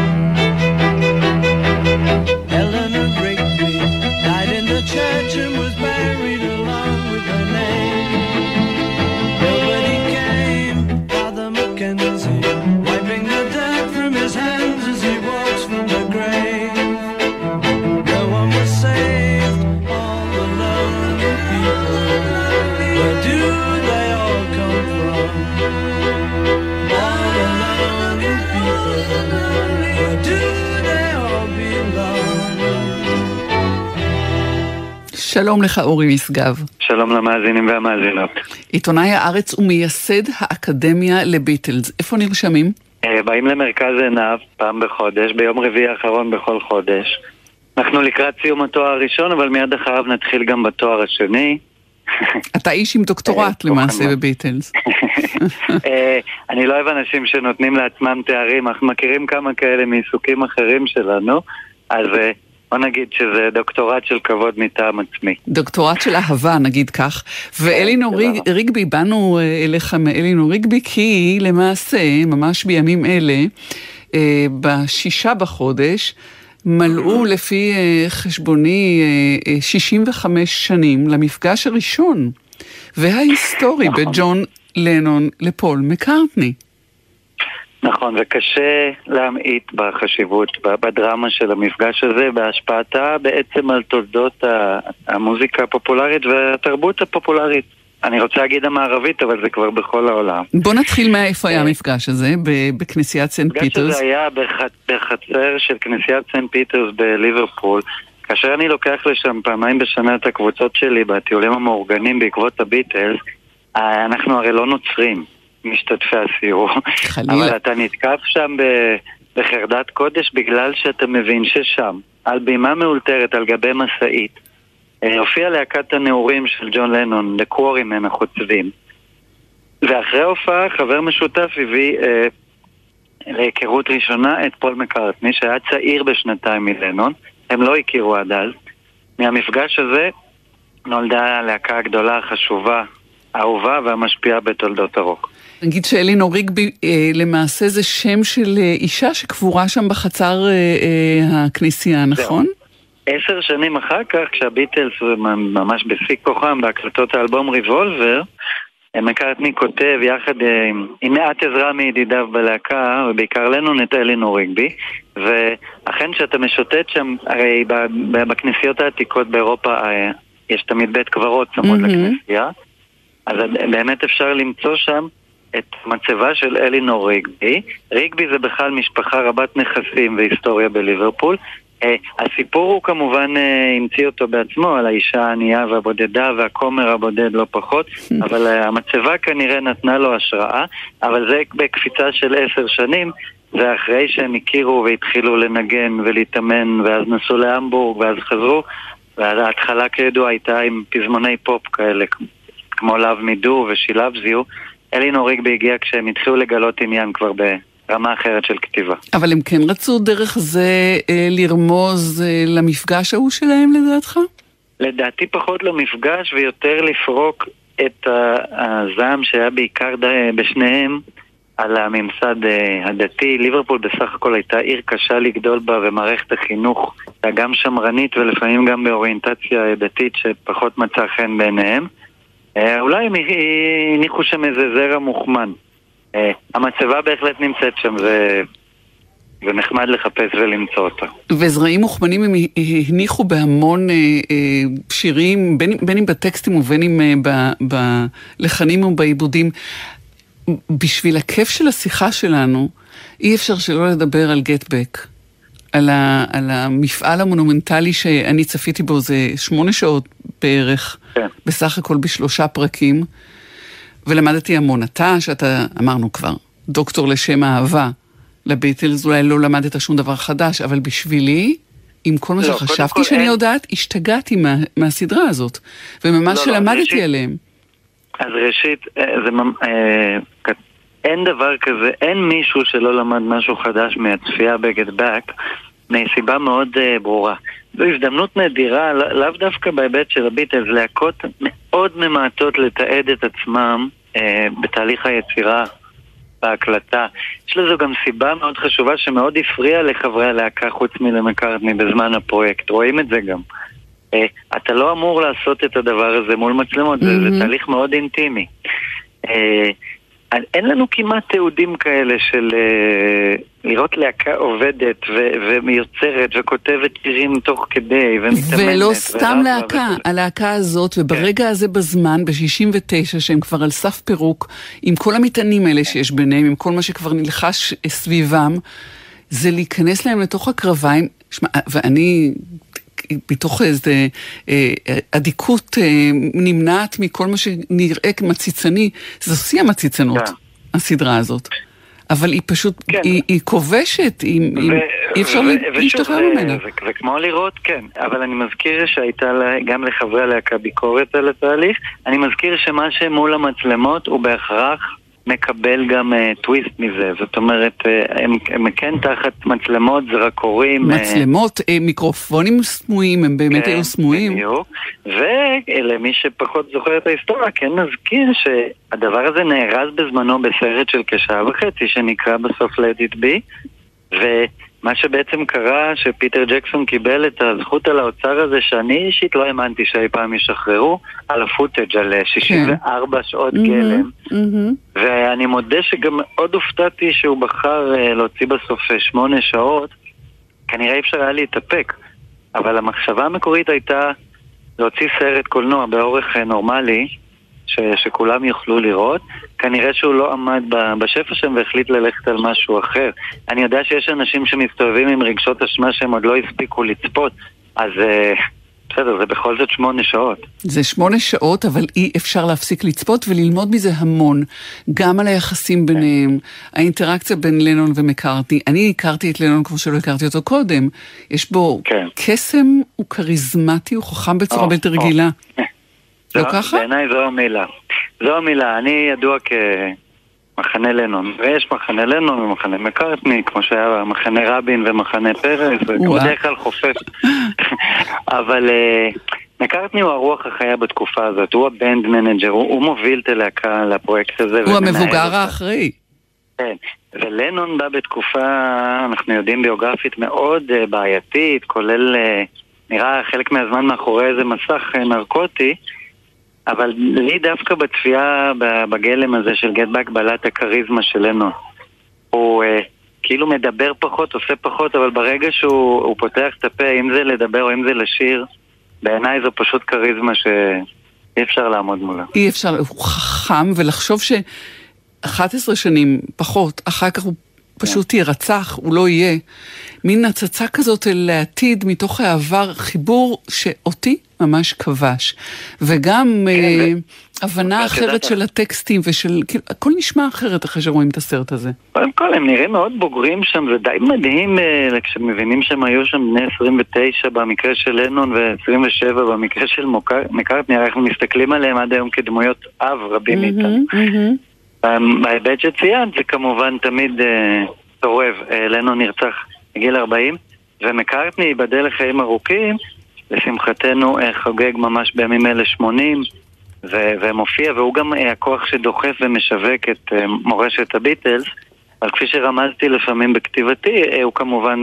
Eleanor Rigby died in the church and was buried along with her name. Nobody came, Father Mackenzie, wiping the dirt from his hands as he walks from the grave. No one was saved, all the lonely people. Where do they all come from? All the lonely people. Where do they all belong? שלום לך אורי משגב. שלום למאזינים והמאזינות. עיתונאי הארץ ומייסד האקדמיה לביטלס. איפה נרשמים? באים למרכז עיניו פעם בחודש, ביום רביעי האחרון בכל חודש. אנחנו לקראת סיום התואר הראשון, אבל מיד אחריו נתחיל גם בתואר השני. אתה איש עם דוקטורט למעשה בביטלס. אני לא אוהב אנשים שנותנים לעצמם תארים, אנחנו מכירים כמה כאלה מעיסוקים אחרים שלנו, אז בוא נגיד שזה דוקטורט של כבוד מטעם עצמי. דוקטורט של אהבה, נגיד כך. ואלינור ריגבי, באנו אליך מאלינור ריגבי, כי למעשה, ממש בימים אלה, בשישה בחודש, מלאו לפי חשבוני שישים וחמש שנים למפגש הראשון וההיסטורי בג'ון לנון לפול מקארטני. נכון, וקשה להמעיט בחשיבות, בדרמה של המפגש הזה, בהשפעתה בעצם על תולדות המוזיקה הפופולרית והתרבות הפופולרית. אני רוצה להגיד המערבית, אבל זה כבר בכל העולם. בוא נתחיל מאיפה היה המפגש הזה, בכנסיית סנט פיטרס. המפגש הזה היה בחצר של כנסיית סנט פיטרס בליברפול, כאשר אני לוקח לשם פעמיים בשנה את הקבוצות שלי בטיולים המאורגנים בעקבות הביטלס. אנחנו הרי לא נוצרים משתתפי הסיור, אבל אתה נתקף שם בחרדת קודש בגלל שאתה מבין ששם, על בימה מאולתרת, על גבי מסעית, הופיע להקת הנעורים של ג'ון לנון, לקוורימן החוצבים. ואחרי ההופעה, חבר משותף הביא אה, להיכרות ראשונה את פול מקארטני, שהיה צעיר בשנתיים מלנון. הם לא הכירו עד אז. מהמפגש הזה נולדה הלהקה הגדולה, החשובה, האהובה והמשפיעה בתולדות הרוק. נגיד שאלינור ריגבי אה, למעשה זה שם של אה, אישה שקבורה שם בחצר אה, אה, הכנסייה, נכון? עשר שנים אחר כך, כשהביטלס ממש בשיא כוחם בהקלטות האלבום ריבולבר, מקארטני כותב יחד עם, עם מעט עזרה מידידיו בלהקה, ובעיקר לנון את אלינור ריגבי, ואכן שאתה משוטט שם, הרי בכנסיות העתיקות באירופה יש תמיד בית קברות צמוד mm-hmm. לכנסייה, אז באמת אפשר למצוא שם את מצבה של אלינור ריגבי. ריגבי זה בכלל משפחה רבת נכסים והיסטוריה בליברפול. Uh, הסיפור הוא כמובן uh, המציא אותו בעצמו על האישה הענייה והבודדה והכומר הבודד לא פחות, אבל uh, המצבה כנראה נתנה לו השראה, אבל זה בקפיצה של עשר שנים, ואחרי שהם הכירו והתחילו לנגן ולהתאמן, ואז נסעו להמבורג ואז חזרו, וההתחלה כידוע הייתה עם פזמוני פופ כאלה, כמו לב מידו ושילב זיו. אלינור ריגבי הגיע כשהם התחילו לגלות עניין כבר ב... רמה אחרת של כתיבה. אבל הם כן רצו דרך זה אה, לרמוז אה, למפגש ההוא שלהם לדעתך? לדעתי פחות למפגש ויותר לפרוק את הזעם שהיה בעיקר בשניהם על הממסד אה, הדתי. ליברפול בסך הכל הייתה עיר קשה לגדול בה, ומערכת החינוך הייתה גם שמרנית ולפעמים גם באוריינטציה דתית שפחות מצא חן בעיניהם. אה, אולי הם הניחו שם איזה זרע מוחמן. Uh, המצבה בהחלט נמצאת שם, זה, זה נחמד לחפש ולמצוא אותה. וזרעים מוכמנים הם הניחו בהמון uh, uh, שירים, בין, בין אם בטקסטים ובין אם uh, בלחנים ובעיבודים. בשביל הכיף של השיחה שלנו, אי אפשר שלא לדבר על Get Back. על, ה, על המפעל המונומנטלי שאני צפיתי בו, זה שמונה שעות בערך, כן. בסך הכל בשלושה פרקים, ולמדתי המון. אתה, שאתה אמרנו כבר, דוקטור לשם אהבה לביטלס, אולי לא למדת שום דבר חדש, אבל בשבילי, עם כל מה לא, שחשבתי שאני אין... יודעת, השתגעתי מה, מהסדרה הזאת, וממה לא, שלמדתי לא, ראשית, עליהם. אז ראשית, זה, אה, אין דבר כזה, אין מישהו שלא למד משהו חדש מהצפייה ב-Get Back, מסיבה מאוד uh, ברורה. זו הזדמנות נדירה, לא, לאו דווקא בהיבט של הביטלס, להקות מאוד ממעטות לתעד את עצמם uh, בתהליך היצירה, בהקלטה. יש לזו גם סיבה מאוד חשובה שמאוד הפריעה לחברי הלהקה חוץ מלמקארטני בזמן הפרויקט. רואים את זה גם. Uh, אתה לא אמור לעשות את הדבר הזה מול מצלמות, mm-hmm. זה, זה תהליך מאוד אינטימי. Uh, אין לנו כמעט תיעודים כאלה של uh, לראות להקה עובדת ו- ומיוצרת וכותבת שירים תוך כדי ומתאמנת. ולא סתם להקה, ו- הלהקה הזאת, וברגע כן. הזה בזמן, ב-שישים ותשע, שהם כבר על סף פירוק, עם כל המטענים האלה שיש ביניהם, עם כל מה שכבר נלחש סביבם, זה להיכנס להם לתוך הקרביים, שמה, ואני... בתוך איזה אה, עדיקות אה, נמנעת מכל מה שנראה כמציצני, זו שיא המציצנות, yeah. הסדרה הזאת. אבל היא פשוט, כן. היא, היא כובשת, היא, ו- אי אפשר ו- להשתחרר ממנה. וכמו לראות, כן, אבל אני מזכיר שהייתה לה, גם לחברי הלהקה ביקורת על התהליך, אני מזכיר שמה שמול המצלמות הוא בהכרח מקבל גם uh, טוויסט מזה, זאת אומרת, uh, הם, הם כן תחת מצלמות, זרקורים. מצלמות, uh, מיקרופונים סמויים, הם באמת כן, היו סמויים. בדיוק, ולמי שפחות זוכר את ההיסטוריה, כן נזכיר שהדבר הזה נארז בזמנו בסרט של כשעה וחצי, שנקרא בסוף Let It Be, ומה שבעצם קרה, שפיטר ג'קסון קיבל את הזכות על האוצר הזה, שאני אישית לא האמנתי שאי פעם ישחררו, על הפוטג' על שישים וארבע שעות גלם. ואני מודה שגם מאוד הופתעתי שהוא בחר להוציא בסוף שמונה שעות, כנראה אפשר היה להתאפק, אבל המחשבה המקורית הייתה להוציא סרט קולנוע באורך נורמלי, ש- שכולם יוכלו לראות. כנראה שהוא לא עמד בשפע שם והחליט ללכת על משהו אחר. אני יודע שיש אנשים שמסתובבים עם רגשות אשמה שהם עוד לא הספיקו לצפות, אז בסדר, זה בכל זאת שמונה שעות. זה שמונה שעות, אבל אי אפשר להפסיק לצפות וללמוד מזה המון, גם על היחסים ביניהם, האינטראקציה בין לנון ומקארטני. אני הכרתי את לנון כמו שלא הכרתי אותו קודם. יש בו קסם, הוא קריזמטי, הוא חכם בצורה בלתי רגילה. לא ככה? בעיניי זו המילה. זו המילה. אני ידוע כמחנה לנון. ויש מחנה לנון ומחנה מקארטני, כמו שהיה מחנה רבין ומחנה פרס, וכמו בדרך כלל חופף. אבל מקארטני הוא הרוח החיה בתקופה הזאת. הוא הבנד מנג'ר, הוא מוביל את הלהקה לפרויקט הזה. הוא המבוגר האחראי. כן. ולנון בא בתקופה, אנחנו יודעים, ביוגרפית מאוד בעייתית, כולל נראה חלק מהזמן מאחורי איזה מסך נרקוטי, אבל לי דווקא בצפייה בגלם הזה של Get Back בלט הקריזמה שלנו. הוא אה, כאילו מדבר פחות, עושה פחות, אבל ברגע שהוא פותח את הפה, אם זה לדבר או אם זה לשיר, בעיניי זו פשוט קריזמה שאי אפשר לעמוד מולה. אי אפשר, הוא חכם, ולחשוב ש-אחת עשרה שנים פחות, אחר כך הוא פשוט ירצח, הוא לא יהיה. מין הצצה כזאת אל העתיד מתוך העבר, חיבור שאותי ממש כבש. וגם הבנה אחרת של הטקסטים ושל... הכל נשמע אחרת אחרי שרואים את הסרט הזה. קודם כל, הם נראים מאוד בוגרים שם, זה די מדהים כשמבינים שהם היו שם בני עשרים ותשע במקרה של לנון ו-עשרים ושבע במקרה של מקארטני. אנחנו מסתכלים עליהם עד היום כדמויות אב רבים איתם. בהיבט שציינת זה כמובן תמיד תורב. לנון נרצח בגיל ארבעים, ומקארטני ייבדל לחיים ארוכים, לשמחתנו חוגג ממש בימים אלה שמונים, ומופיע, והוא גם הכוח שדוחף ומשווק את מורשת הביטלס, אבל כפי שרמזתי לפעמים בכתיבתי, הוא כמובן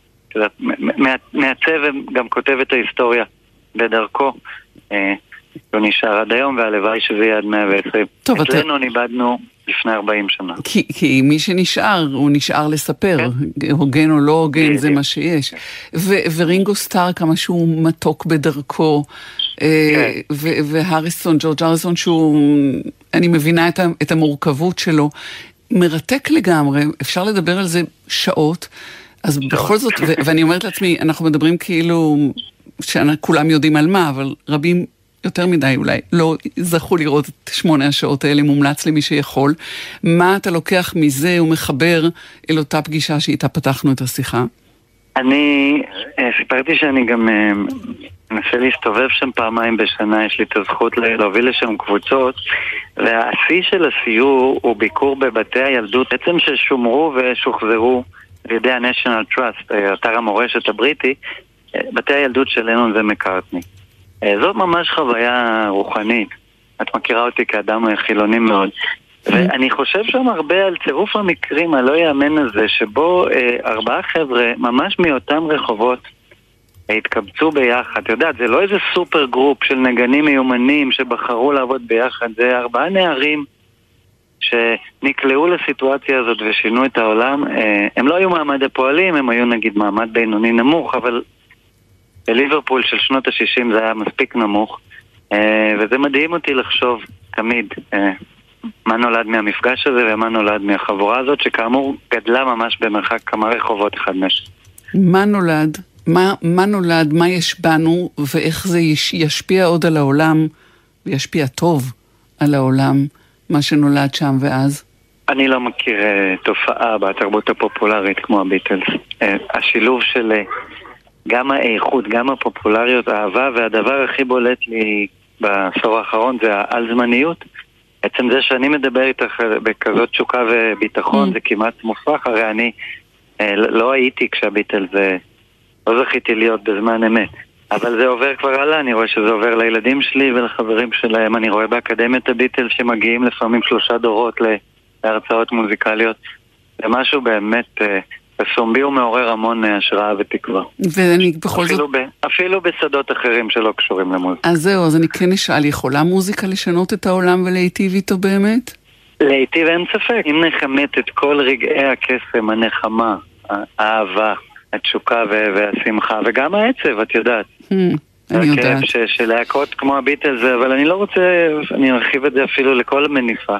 מעצב וגם כותב את ההיסטוריה בדרכו. הוא נשאר עד היום, והלוואי שזה יהיה עד מאה ועשרים. את לנון איבדנו לפני ארבעים שנה. כי, כי מי שנשאר, הוא נשאר לספר. כן? הוגן או לא הוגן, זה מה שיש. ו- ורינגו סטאר, כמה שהוא מתוק בדרכו, כן. ו- והריסון, ג'ורג' הריסון, שהוא אני מבינה את, את המורכבות שלו. מרתק לגמרי, אפשר לדבר על זה שעות, אז שעות. בכל זאת, ו- ואני אומרת לעצמי, אנחנו מדברים כאילו, שכולם יודעים על מה, אבל רבים יותר מדי אולי, לא זכו לראות את שמונה השעות האלה, מומלץ למי שיכול. מה אתה לוקח מזה ומחבר אל אותה פגישה שאיתה פתחנו את השיחה? אני סיפרתי שאני גם מנסה להסתובב שם פעמיים בשנה, יש לי את הזכות להוביל לשם קבוצות, והשיא של הסיור הוא ביקור בבתי הילדות, בעצם ששומרו ושוחזרו על ידי ה-National Trust, אתר המורשת הבריטי, בתי הילדות של לנון ומקארטני. זאת ממש חוויה רוחנית. את מכירה אותי כאדם חילוני מאוד. ואני חושב שם הרבה על צירוף המקרים הלא יאמן הזה, שבו אה, ארבעה חבר'ה, ממש מאותם רחובות, התקבצו ביחד. אתה יודע, זה לא איזה סופר גרופ של נגנים מיומנים שבחרו לעבוד ביחד, זה ארבעה נערים שנקלעו לסיטואציה הזאת ושינו את העולם. אה, הם לא היו מעמד הפועלים, הם היו נגיד מעמד בינוני נמוך, אבל בליברפול של שנות ה-שישים זה היה מספיק נמוך, אה, וזה מדהים אותי לחשוב תמיד אה, מה נולד מהמפגש הזה ומה נולד מהחבורה הזאת, שכאמור גדלה ממש במרחק כמה רחובות אחד משהו. מה נולד? מה, מה נולד? מה יש בנו? ואיך זה יש, ישפיע עוד על העולם, וישפיע טוב על העולם, מה שנולד שם ואז? אני לא מכיר uh, תופעה בתרבות הפופולרית כמו הביטלס. Uh, השילוב של uh, גם האיכות, גם הפופולריות, האהבה, והדבר הכי בולט לי בעשור האחרון זה העל-זמניות. בעצם זה שאני מדבר איתך בכזאת תשוקה וביטחון, mm. זה כמעט מופרך, הרי אני אה, לא הייתי כשהביטלס, לא זכיתי להיות בזמן אמת. אבל זה עובר כבר הלאה, אני רואה שזה עובר לילדים שלי ולחברים שלהם, אני רואה באקדמיית הביטלס שמגיעים לפעמים שלושה דורות להרצאות מוזיקליות. זה משהו באמת אה, סומבי ומעורר המון השראה ותקווה. ואני בכל אפילו זאת... ב, אפילו בשדות אחרים שלא קשורים למוזיקה. אז זהו, אז אני כן אשאל, יכולה מוזיקה לשנות את העולם ולהיטיב איתו באמת? להיטיב אין ספק. אם נחמת את כל רגעי הקסם, הנחמה, האהבה, התשוקה והשמחה, וגם העצב, את יודעת. אני יודעת. של להקות כמו הביטלס, אבל אני לא רוצה, אני ארחיב את זה אפילו לכל מניפה.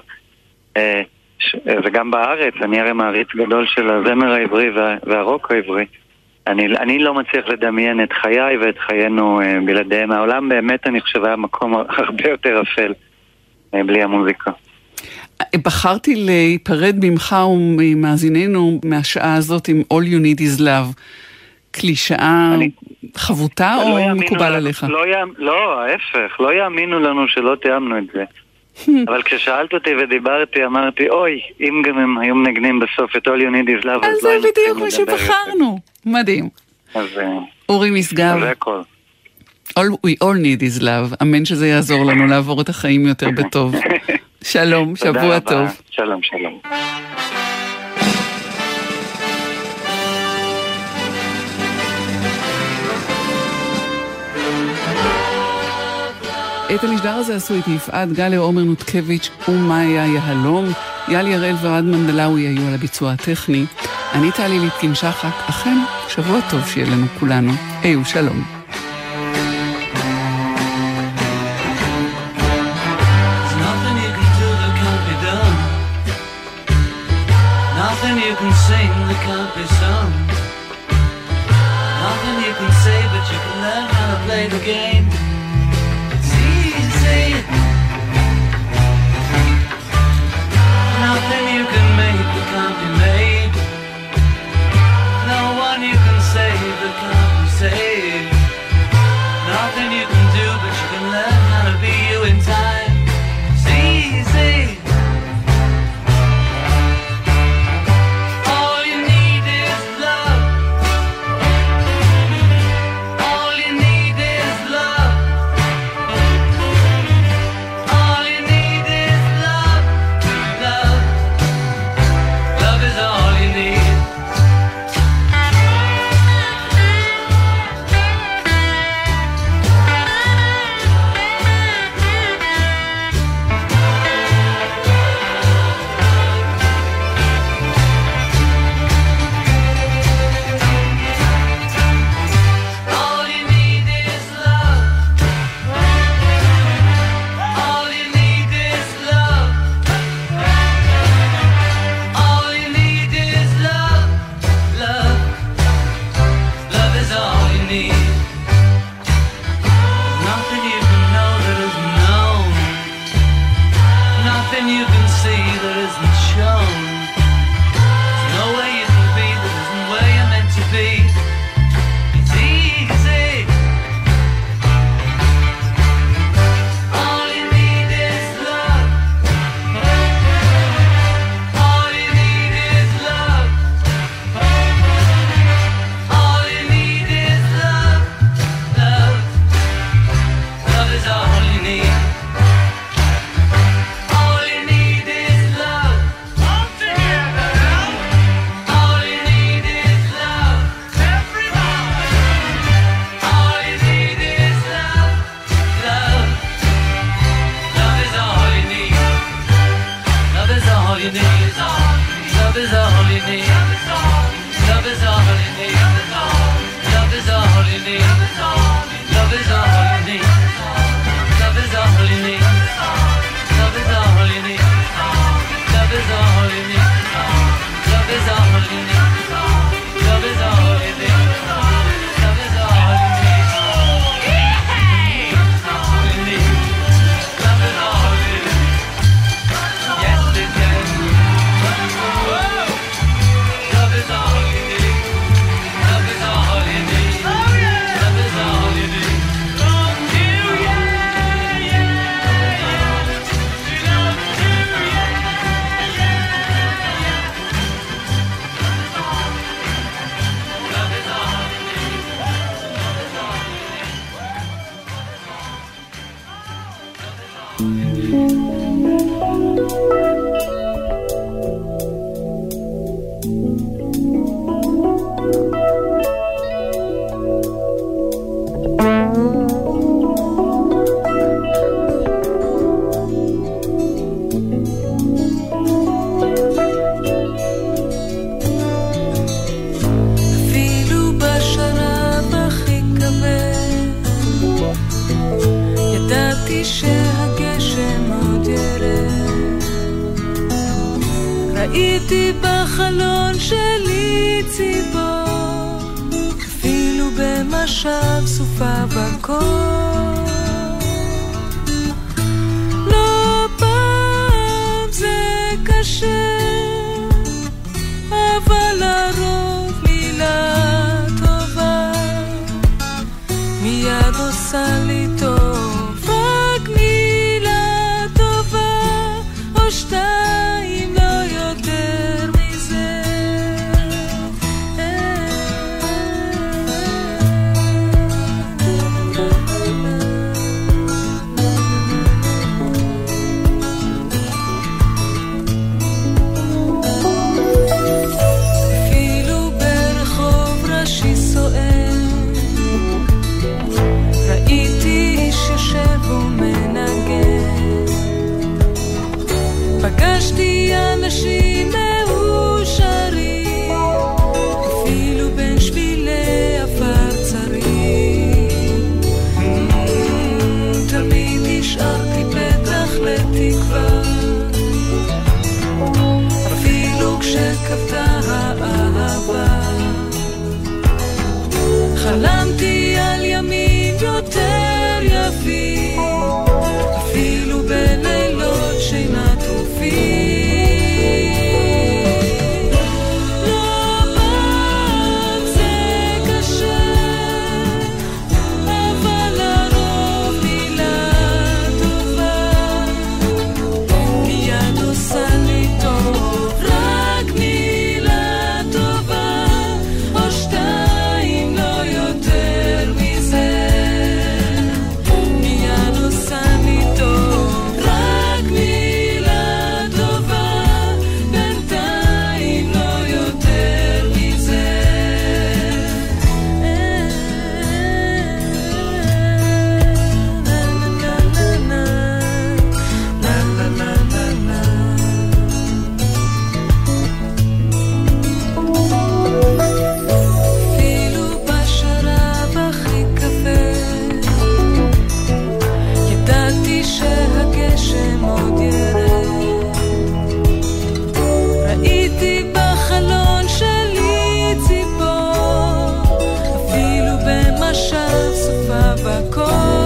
וגם בארץ, אני הרי מעריץ גדול של הזמר העברי וה, והרוק העברי. אני, אני לא מצליח לדמיין את חיי ואת חיינו uh, בלעדיהם. העולם באמת, אני חושב, היה מקום הרבה יותר אפל uh, בלי המוזיקה. בחרתי להיפרד ממך וממאזיננו מהשעה הזאת עם All You Need Is Love. קלישאה אני... חבוטה או לא מקובל עליך? לא, י... לא, ההפך. לא יאמינו לנו שלא תיאמנו את זה. אבל כששאלת אותי ודיברתי, אמרתי, אוי, אם גם הם היו מנגנים בסוף את All You Need Is Love, אז זה בדיוק מה שבחרנו. מדהים. אורי משגב. זה הכל. All We All Need Is Love. אמן שזה יעזור לנו לעבור את החיים יותר בטוב. שלום, שבוע טוב. שלום, שלום. את המשדר הזה עשו איתי יפעת גלר, עומר נותקביץ' ומאיה יהלום. יאלי יראל ועד מנדלאוי היו על הביצוע הטכני. אני טלי ליפקין שחק. אכן, שבוע טוב שיהיה לנו כולנו. היו שלום. Nothing you can sing that can't be sung. Nothing you can say, but you can learn how to play the game. It's easy. Nothing you can make that can't be made. No one you can save that can't be saved. need. All you need is love. All together. All you need is love. Everybody. All you need is love. Love. Love is all you need. Love is all you need. Love is all you need. Love is all you need. Love is all you need. Love is all you need. Love is all you need. Love is all you need. Love is all you need. Love is all you need. Love is all you need. Love is all you need. All you need. Love is all you need. Yes, it can. Love is all you need. Love is all you need. Love is all you need. Love you, yeah, yeah, yeah. She loves you, yeah, yeah, yeah. Love is all you need. Love is all you אפילו בשלב הכי כבד ידעתי שהגשם עוד ירד. ראיתי בחלון שלי ציפור, אפילו במשב סופה בקור. לא פעם זה קשה, אבל לרוב מילה טובה מיד עושה לי טוב. רק מילה טובה או שתיים, לא יותר מזה. אפילו ברחוב ראשי סוער ראיתי איש יושב ומנגן. פגשתי אנשים מאושרים, אפילו בין שבילי עפר צרים. תמיד השארתי פתח לתקווה, אפילו כשכבתה האהבה. חלמתי על ימים יותר יפים, אפילו בלילות שינה טרופים. לא פעם זה קשה, אבל לרוב מילה טובה מיד עושה לי טוב. רק מילה טובה או שתיים, לא יותר מזה. מיד עושה לי טוב. רק מילה טובה, בינתיים לא יותר מזה. אפילו בשלב הכי כבד ידעתי שהגשם עוד ירד. ראיתי בחלון שלי ציפור, אפילו במשב סופה בקור.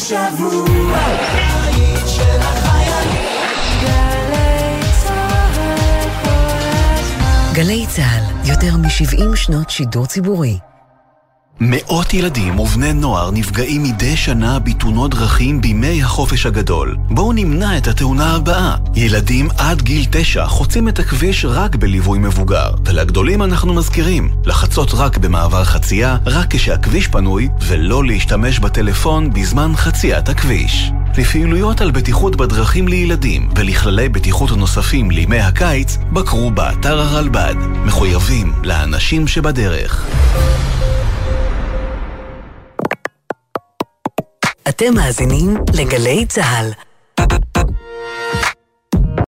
השבוע, הבית של החיילים. גלי צהל כל הזמן. גלי צהל, יותר מ-שבעים שנות שידור ציבורי. מאות ילדים ובני נוער נפגעים מדי שנה בתאונות דרכים בימי החופש הגדול. בואו נמנע את התאונה הבאה. ילדים עד גיל תשע חוצים את הכביש רק בליווי מבוגר. ולגדולים אנחנו מזכירים, לחצות רק במעבר חצייה, רק כשהכביש פנוי, ולא להשתמש בטלפון בזמן חציית הכביש. לפעילויות על בטיחות בדרכים לילדים ולכללי בטיחות נוספים לימי הקיץ, בקרו באתר הרלב"ד. מחויבים לאנשים שבדרך. אתם מאזינים לגלי צהל.